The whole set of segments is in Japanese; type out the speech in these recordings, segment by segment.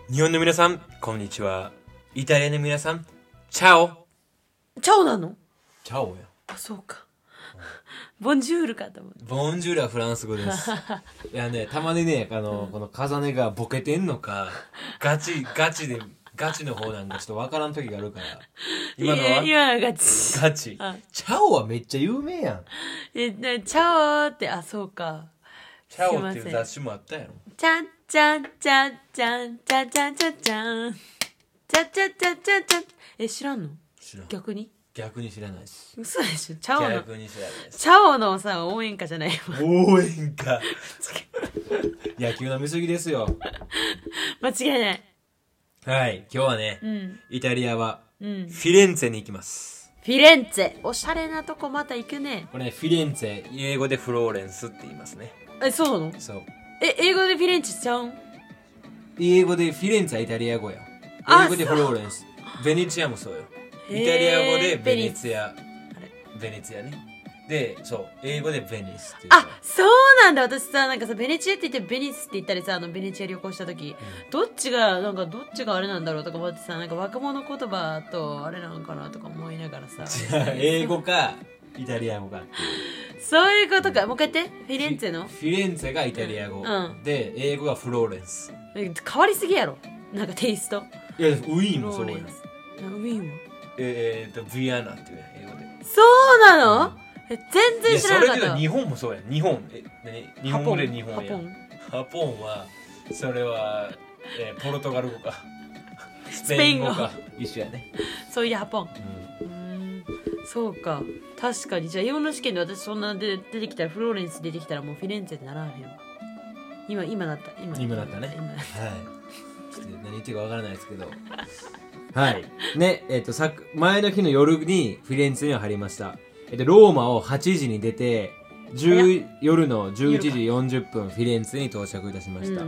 日本の皆さん、こんにちは。イタリアの皆さん、チャオ。 チャオなの？ チャオや。 あ、そうか。ボンジュールかと思って。 ボンジュールはフランス語です。いやね、たまにね、この重ねがボケてんのか、ガチの方なんかちょっとわからん時があるから。今のは今のガチ。 ガチ。チャオはめっちゃ有名やん。 チャオって、あ、そうか。 チャオっていう雑誌もあったやろ。 チャンチャンチャンチャンチャンチャンチャンチャンチャンチャンチャンチャンチャン。知らんの？知らん。逆に知らないです。 嘘でしょ。チャオの逆に知らないです。 チャオのさ、応援歌じゃないわ。 応援歌。野球の見過ぎですよ。 間違いない。 はい、今日はね、イタリアはフィレンツェに行きます。 フィレンツェ、おしゃれなとこまた行くね。 これね、フィレンツェ、英語でフローレンスって言いますね。 そうなの？ そう。 英語でフィレンツェちゃうん？ 英語でフィレンツェはイタリア語や。英語でフローレンス。ベネチアもそうよ。イタリア語でベネツィアね。で、そう、英語でベニスっていう。 あ、そうなんだ。私さ、なんかさ、ベネチアって言ってベニスって言ったりさ、ベネチア旅行した時、どっちがあれなんだろうとか思ってさ、なんか若者言葉とあれなのかなとか思いながらさ。 英語かイタリア語かっていう。 そういうことか。もう一回言って。フィレンツェのフィレンツェがイタリア語、で英語がフローレンス。 変わりすぎやろ、なんかテイスト。 いや、ウィーンもそうや。 ウィーンはビアナっていう英語で。 そうなの？全然知らなかった。 それで日本もそうや。日本語で日本や。ハポンはそれは、ポルトガル語かスペイン語か一緒やね。 そういうハポン。そうか。確かに。じゃあ英語の試験で私そんな出てきたら、フローレンス出てきたらもうフィレンツェってならへんわ。今なったね。 はい。ちょっと何言ってるかわからないですけど。はいね。前の日の夜にフィレンツェには入りました。ローマを8時に出て夜の11時40分フィレンツェに到着いたしました。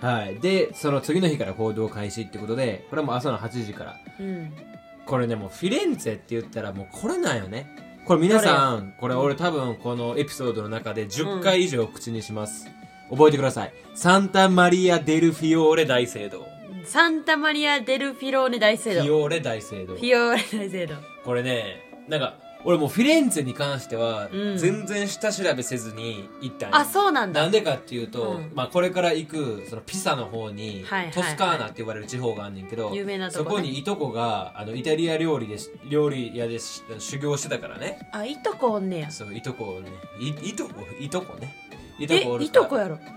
はい。でその次の日から行動開始ってことで、これはもう朝の8時から、これね、もうフィレンツェって言ったらもうこれなんよね。これ皆さん、これ俺多分このエピソードの中で10回以上口にします。覚えてください。サンタマリア・デル・フィオーレ大聖堂。 サンタマリア・デル・フィローネ大聖堂。 フィオーレ大聖堂。これね、なんか俺もうフィレンツェに関しては全然下調べせずに行ったんや。 あ、そうなんだ。 なんでかっていうと、これから行くそのピサの方にトスカーナって言われる地方があんねんけど、そこにいとこがイタリア料理屋で修行してたからね。 あ、いとこおんねや。 そう、いとこね。いとこね。いとこやろ。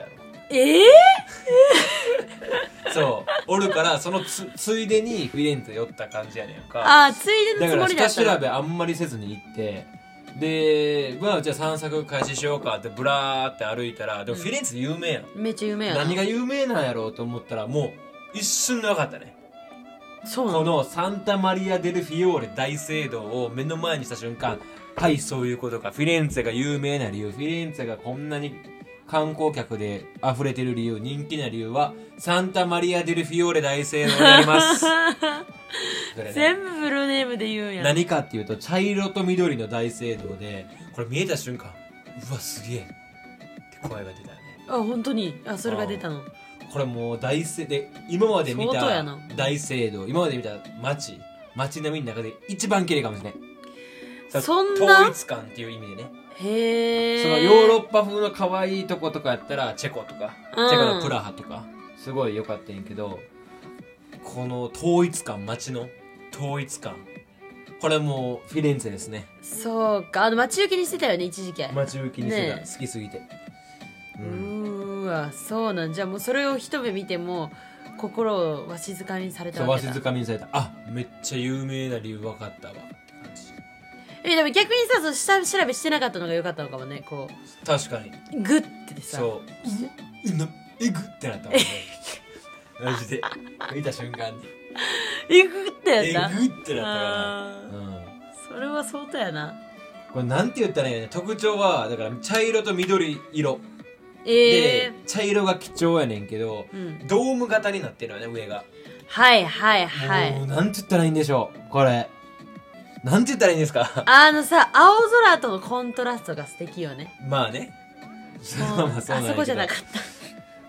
そう、おるから、そのついでにフィレンツェ寄った感じやねんか。 あ、ついでのつもりだった。 だから下調べあんまりせずに行って、で、じゃあ散策開始しようかってブラーって歩いたら、でもフィレンツェ有名やん。 めっちゃ有名やな。 何が有名なんやろうと思ったら、もう一瞬で分かったね。このサンタマリア・デル・フィオーレ大聖堂を目の前にした瞬間、はい、そういうことか。フィレンツェが有名な理由、フィレンツェがこんなに観光客で溢れてる理由、人気な理由はサンタマリア・デル・フィオーレ大聖堂にあります。 全部フルネームで言うんや。 何かっていうと、茶色と緑の大聖堂で、これ見えた瞬間、うわすげえって声が出たよね。 あ、本当に。あ、それが出たの。 これもう大聖で、今まで見た大聖堂、今まで見た街並みの中で一番綺麗かもしれない。 そんな統一感っていう意味でね。 へえ。 そのヨーロッパ風の可愛いとことかやったらチェコとか、チェコのプラハとかすごい良かったんやけど、この統一感、街の統一感、これもうフィレンツェですね。 そうか。待ち受けにしてたよね、一時期。 待ち受けにしてた、好きすぎて。 うわ、そうなん。じゃあもうそれを一目見ても心をわしづかみにされたわけだ。 わしづかみにされた。あ、めっちゃ有名な理由分かったわ。 でも逆にさ、下調べしてなかったのが良かったのかもね。こう確かにグッてさ、 そうグってなったもんね。マジで見た瞬間にグってやった。 グってなったから、 それは相当やな。 これなんて言ったらいいのね。特徴はだから茶色と緑色で、茶色が貴重やねんけど、ドーム型になってるよね、上が。 はいはいはい。 もうなんて言ったらいいんでしょう、これ。なんて言ったらいいんですか。 さ、青空とのコントラストが素敵よね。 まあね。 あそこじゃなかった。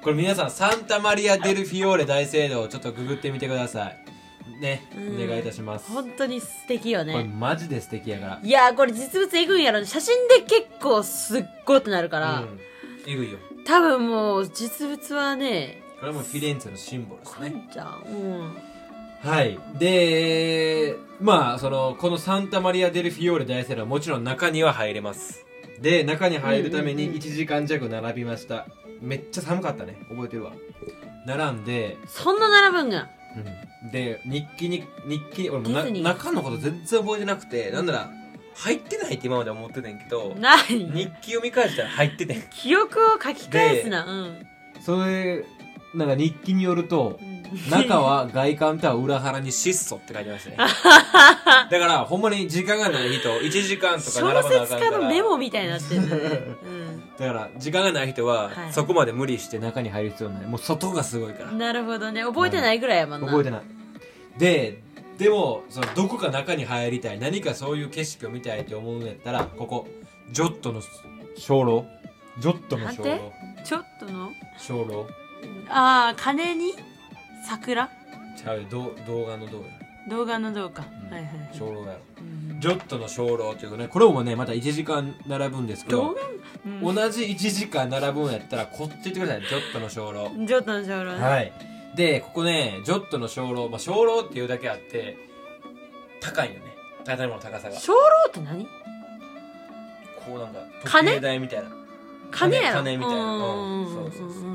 これ皆さんサンタマリア・デル・フィオーレ大聖堂をちょっとググってみてくださいね、お願いいたします。 本当に素敵よこれね。 マジで素敵やから。 いやーこれ実物えぐいんやろ。写真で結構すっごいってなるから、 うん、えぐいよ。 多分もう実物はね、 これもフィレンツェのシンボルですね。 じゃん、うん、 はい。で、まあこのサンタマリア・デル・フィオーレ大聖堂はもちろん中には入れます。で、中に入るために1時間弱並びました。めっちゃ寒かったね。覚えてるわ。並んで、 そんな並ぶんが。 うん、で、日記俺もディズニー中のこと全然覚えてなくて、なんなら入ってないって今まで思ってたんやけど、 何日記を見返したら入ってて。 記憶を書き返すな。うん。 それ、なんか日記によると、中は外観とは裏腹に質素って書いてましたね。だからほんまに時間がない人1時間とか並ばなあかんから小説家のメモみたいになってるね、 だから時間がない人は、 はい、 そこまで無理して中に入る必要ない。もう外がすごいから。 なるほどね。覚えてないぐらいやもんな、 覚えてない。でもどこか中に入りたい、何かそういう景色を見たいって思うんやったら、ここジョットの鐘楼、ジョットの鐘楼、 ちょっとの鐘楼、 ああ鐘に桜ちゃう、動画の動画、 動画の動画、 うん、 はいはい、 鐘楼やろ、ジョットの鐘楼っていうね、これもねまた1時間並ぶんですけど、同じ1時間並ぶんやったらこっち行ってください。ジョットの鐘楼、 ジョットの鐘楼ね。 はい。でここね、ジョットの鐘楼、鐘楼っていうだけあって高いよね、建物の高さが。 鐘楼って何？ こうなんか時計台みたいな、 鐘やろ、 鐘みたいな、そうそうそう、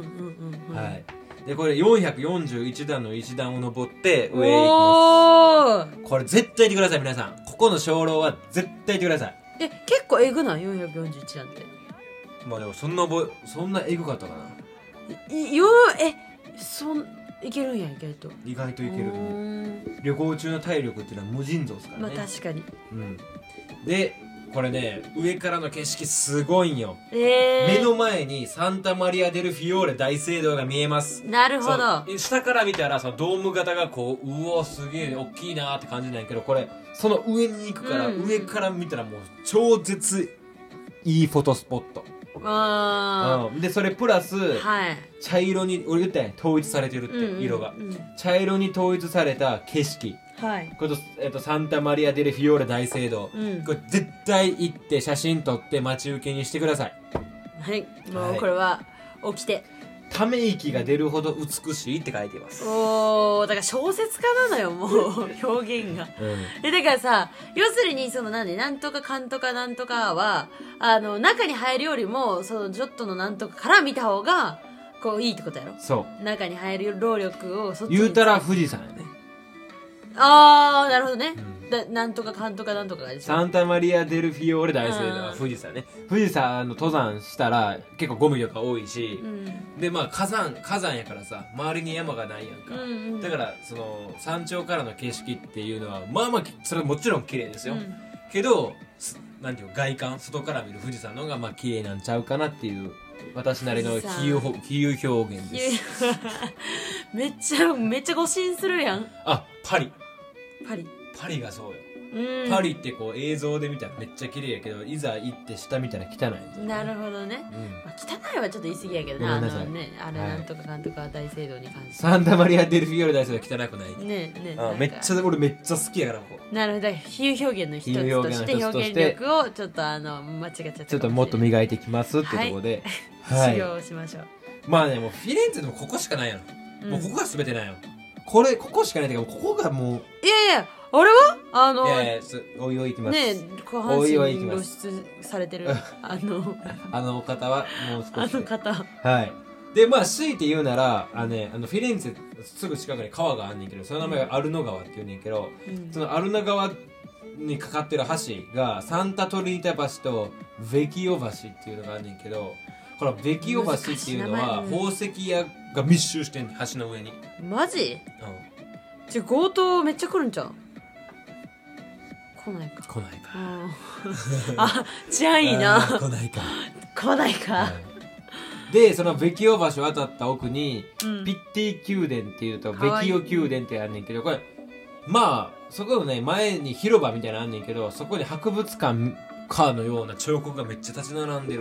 はい。でこれ441段の一段を登って上へ行きます。これ絶対行ってください皆さん。ここの鐘楼は絶対行ってください。 結構えぐない441なんて。 まあでもそんなえぐかったかな。 いけるんや、意外と。 意外といける。旅行中の体力っていうのは無尽蔵ですからね。 まあ確かに。 うん。でこれね、上からの景色すごいんよ。目の前にサンタマリア・デル・フィオーレ大聖堂が見えます。 なるほど。 下から見たらそのドーム型がこう、うおすげえ大きいなーって感じなんやけど、これその上に行くから、上から見たらもう超絶いいフォトスポット。でそれプラス、はい、茶色に、俺言ったやん、統一されてるって、色が、茶色に統一された景色、はい、これと、サンタマリア・デル・フィオーレ大聖堂、これ絶対行って写真撮って待ち受けにしてください。 はい、もうこれは起きて、 ため息が出るほど美しいって書いてます。 おー、だから小説家なのよ、もう表現が、だからさ、要するになんとかかんとかなんとかは中に入るよりもそのジョットのなんとかから見た方がこういいってことやろ。そう、中に入る労力をそっちに言うたら富士山やね。 あー、なるほどね、なんとかかんとかなんとかがでしょ。 サンタマリア・デル・フィオーレ大聖堂は富士山ね。富士山の登山したら結構ゴミとか多いし、でまあ火山やからさ、周りに山がないやんか、だからその山頂からの景色っていうのはまあそれはもちろん綺麗ですよ、けどなんていう外観、外から見る富士山の方がまあ綺麗なんちゃうかなっていう私なりの比喩表現です。 めっちゃ誤信するやん。 あ、パリがそうよ。パリってこう映像で見たらめっちゃ綺麗やけど、いざ行って下見たら汚い。 なるほどね、汚いはちょっと言い過ぎやけどな。あれなんとかかんとか大聖堂に関して、 サンタマリア・デル・フィオーレ大聖堂は汚くないね。 俺めっちゃ好きやから。ここなるほど、比喩表現の一つとして表現力をちょっと間違っちゃった。 ちょっともっと磨いてきますってところで修行しましょう。 まあね、もうフィレンツェでもここしかないやろ、もうここが全てないよ。ここしかないんだけど、ここがもう、 いやあれはおいおいいきます。 下半身露出されてるあの方はもう少し、 はい。 でまあ強いて言うならフィレンツェすぐ近くに川があんねんけど、その名前がアルノ川って言うねんけど、そのアルノ川にかかってる橋がサンタトリニタ橋とベキオ橋っていうのがあんねんけど、このベキオ橋っていうのは宝石屋が密集してんねん、橋の上に。 マジ？強盗めっちゃ来るんちゃう？来ないか。あ、じゃあいいな。 来ないか。でそのベキオ橋渡った奥に、ピッティ宮殿っていうとベキオ宮殿ってあんねんけど、これまあそこのね前に広場みたいなのあんねんけど、そこに博物館かのような彫刻がめっちゃ立ち並んでるわ。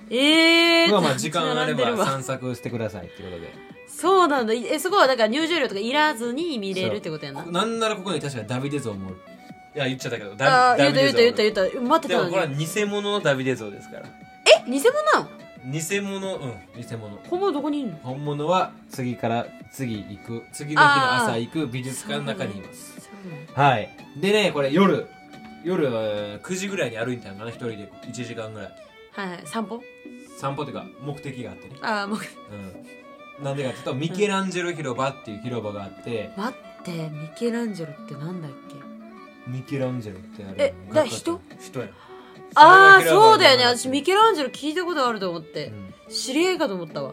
まあ時間あれば並んでるわ散策してくださいってことで。 そうなんだ。そこはだから入場料とかいらずに見れるってことやな。 なんならここに確かダビデ像もおる。いや言っちゃったけど、 言ったビデ像待ってたのに。 でもこれは偽物のダビデ像ですから。 偽物なの？ 偽物、偽物。 本物どこにいんの？ 本物は次の日の朝行く美術館の中にいます。はい。でね、これ夜9時ぐらいに歩いたのかな、一人で1時間ぐらい。 はいはい。散歩っていうか目的があってね。なんでかっていうと、ミケランジェロ広場っていう広場があって。 待って、ミケランジェロってなんだっけ？ ミケランジェロってあれ人や。 そうだよね。私ミケランジェロ聞いたことあると思って、知り合いかと思ったわ。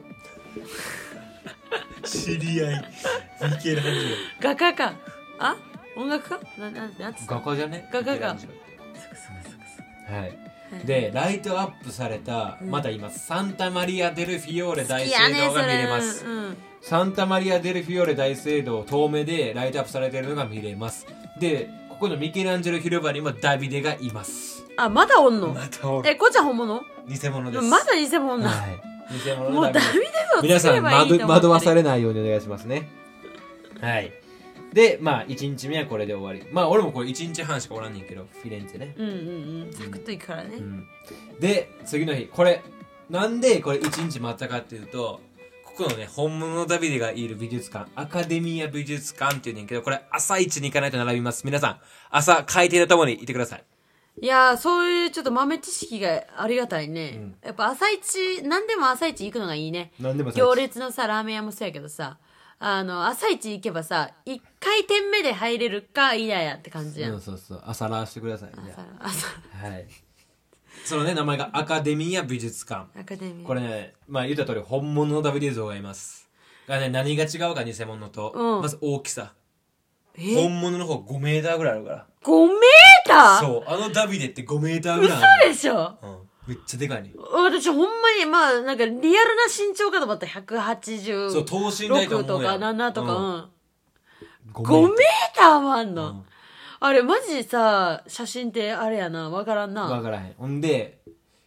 知り合いミケランジェロ画家か。音楽家？ 画家じゃね？ 画家か。 はい。でライトアップされた、また今サンタマリア・デル・フィオーレ大聖堂が見れます。サンタマリア・デル・フィオーレ大聖堂遠目でライトアップされているのが見れます。でここのミケランジェロ広場にもダビデがいます。 まだおんの？ またおる。 こっちは本物？ 偽物です。 まだ偽物な。 偽物のもうダビデ皆さんを作ればいいと思って。 惑わされないようにお願いしますね。はい。でまあ1日目はこれで終わり。まあ俺もこれ1日半しかおらんねんけど、フィレンツェね。 サクッといくからね。 で次の日、これなんでこれ1日待ったかっていうと、ここのね本物のダビデがいる美術館、アカデミア美術館っていうねんけど、これ朝一に行かないと並びます。皆さん朝開店とともに行ってください。 いやー、そういうちょっと豆知識がありがたいね。やっぱ朝一、何でも朝一行くのがいいね。行列のさ、ラーメン屋もそうやけどさ、朝一行けばさ、1回転目で入れるかいややって感じやん。 そう朝ラーしてください。 朝はい。そのね、名前がアカデミア美術館。これね、まあ言った通り本物のダビデ像がいます。がね、何が違うか偽物と、まず大きさ。本物の方5メーターぐらいあるから。 5メーター？ そう、ダビデって5メーターぐらいある。嘘でしょ？ めっちゃでかいね。 私ほんまに、なんかリアルな身長かと思ったら186 そう、等身大ととか7とか、 5 メーターもあんの？あれマジさ、写真ってあれやな、わからんな。 わからへん。ほんで、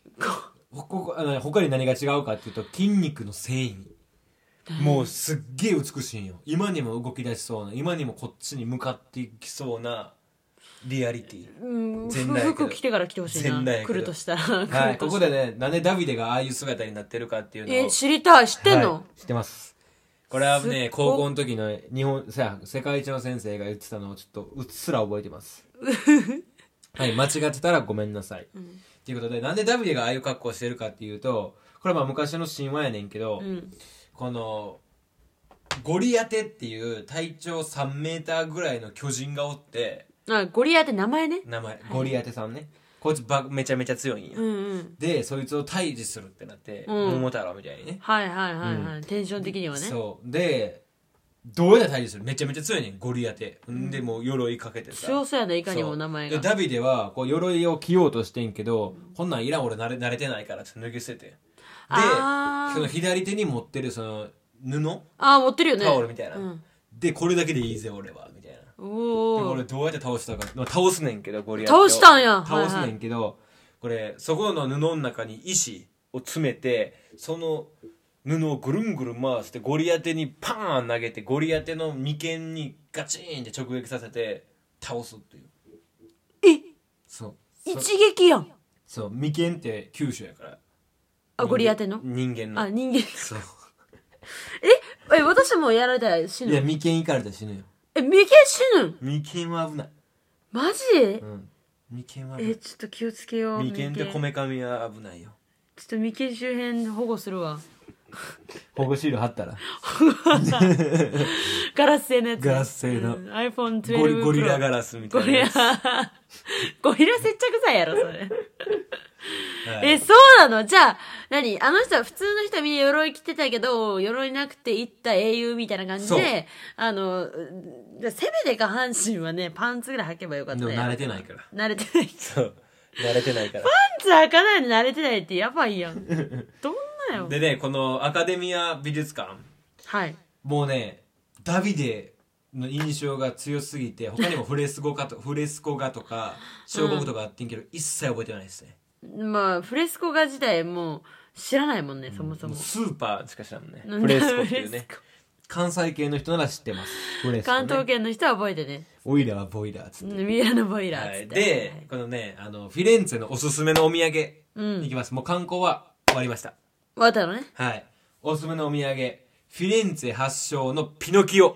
他に何が違うかっていうと、筋肉の繊維。もうすっげえ美しいんよ。今にも動き出しそうな、今にもこっちに向かっていきそうなリアリティ。 服着てから来てほしいな。来るとしたら。 はい、ここでね、なんでダビデがああいう姿になってるかっていうのを。 知りたい。知ってんの？ 知ってます。これはね、高校の時の世界一の先生が言ってたのをちょっとうっすら覚えてます。はい、間違ってたらごめんなさい。ということで、なんでダビデがああいう格好してるかっていうと、これはまあ昔の神話やねんけど、このゴリアテっていう体長3メーターぐらいの巨人がおって、 ゴリアテ名前ね。 ゴリアテさんね。こいつめちゃめちゃ強いんや。でそいつを退治するってなって、桃太郎みたいにね。 テンション的にはね。 そうで、どうやって退治する？めちゃめちゃ強いねん、ゴリアテ。でもう鎧かけてさ、 強そうやね、いかにも名前が。 ダビデはこう鎧を着ようとしてんけど、こんなんいらん、俺慣れてないからって脱ぎ捨てて、でその左手に持ってるその布、 持ってるよね、 タオルみたいな、でこれだけでいいぜ俺はみたいな。で俺どうやって倒したか、倒すねんけど、ゴリアテを倒したんや。 倒すねんけど、これそこの布の中に石を詰めて、その布をぐるんぐるん回してゴリアテにパーン投げて、ゴリアテの眉間にガチーンって直撃させて倒すっていう。そう一撃やん。 そう、眉間って九州やから。 ゴリアテの人間の。 人間。そう私もやられたら死ぬ。 いや、眉間いかれたら死ぬよ。 眉間死ぬん？ 眉間は危ない。 マジ？ 眉間は危ない。 ちょっと気をつけよう。 眉間ってこめかみは危ないよ。 ちょっと眉間周辺保護するわ。 保護シール貼ったらガラス製のやつ。 ガラス製の、 iPhone 12 ゴリラガラスみたいなやつ。 ゴリラ接着剤やろそれ。そうなの？じゃあ何、あの人は普通の人はみんな鎧着てたけど、鎧なくて行った英雄みたいな感じで、せめて下半身はねパンツぐらい履けばよかったよ。 でも慣れてないから。 慣れてない。 そう慣れてないから。 パンツ履かないの慣れてないってやばいやん。どんなよ。 でね、このアカデミア美術館、もうねダビデの印象が強すぎて、他にもフレスコ画とか彫刻とかあってんけど、一切覚えてないですね。 フレスコ画自体も知らないもんね、そもそも。 スーパーしか知らんもんね。 なんだフレスコっていうねフレスコ。 関西系の人なら知ってます。フレスコ、ね。 関東圏の人は覚えてね。 オイラはボイラーっつって。 ミラノボイラーっつって。 で、このね、フィレンツェのおすすめのお土産、 うんいきます。もう観光は終わりました。 終わったのね。 はい。おすすめのお土産、フィレンツェ発祥のピノキオ。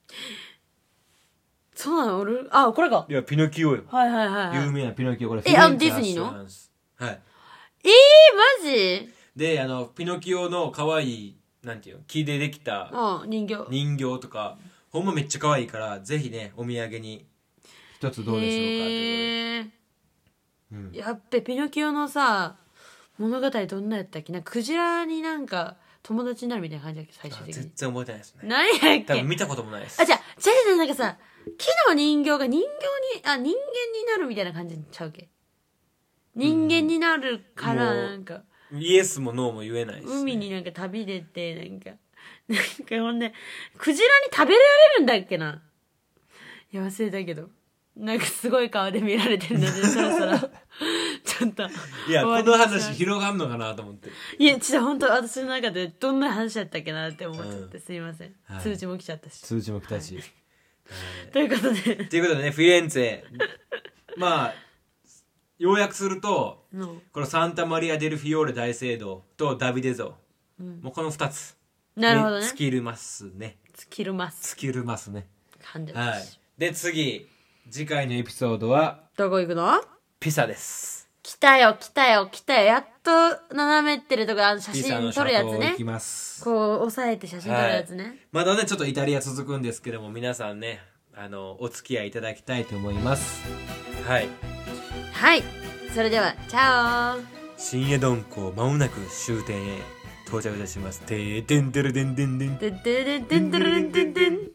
そうなのあ、これか。 いや、ピノキオよ。 はいはいはい、はい。 有名なピノキオ。これディズニーのなんです。はい。 マジで、ピノキオの可愛い、なんていうの、木でできた人形。 人形とか、ほんまめっちゃ可愛いから、ぜひね、お土産に一つどうでしょうかということで。 やっべ、ピノキオのさ、物語どんなやったっけな、クジラになんか友達になるみたいな感じだっけ、最終的に。 全然覚えてないですね。 何やっけ多分見たこともないです。 あ、じゃあ、なんかさ、木の人形が人間になるみたいな感じにちゃうけ。人間になるから、なんか、 イエスもノーも言えないです、ね。 海になんか旅出て、なんかほんで、クジラに食べられるんだっけな。いや、忘れたけど。なんかすごい顔で見られてるので、そろそろ、ちょっと。 いや、この話広がんのかなと思って。 いや、ちょっと本当私の中でどんな話だったっけなって思っちゃって、すいません、 はい。 通知も来ちゃったし。 通知も来たし。 ということで。 ということでね、フィレンツェ。まあ、要約すると、このサンタマリア・デルフィオーレ大聖堂とダビデ像。もうこの2つ。 なるほどね。 尽きるますね。 尽きるます。 尽きるますね。 感じはい。で、次回のエピソードは、 どこ行くの？ ピサです。 来たよ。やっと斜めってるとこ、写真撮るやつね。 行きます。 こう、押さえて写真撮るやつね。 まだね、ちょっとイタリア続くんですけども、皆さんね、お付き合いいただきたいと思います。はい。 はい。それでは、チャオ。 新江戸港、まもなく終点へ到着いたします。てーてんてるてんてんてん。 てんてんてんてんてんてんてん。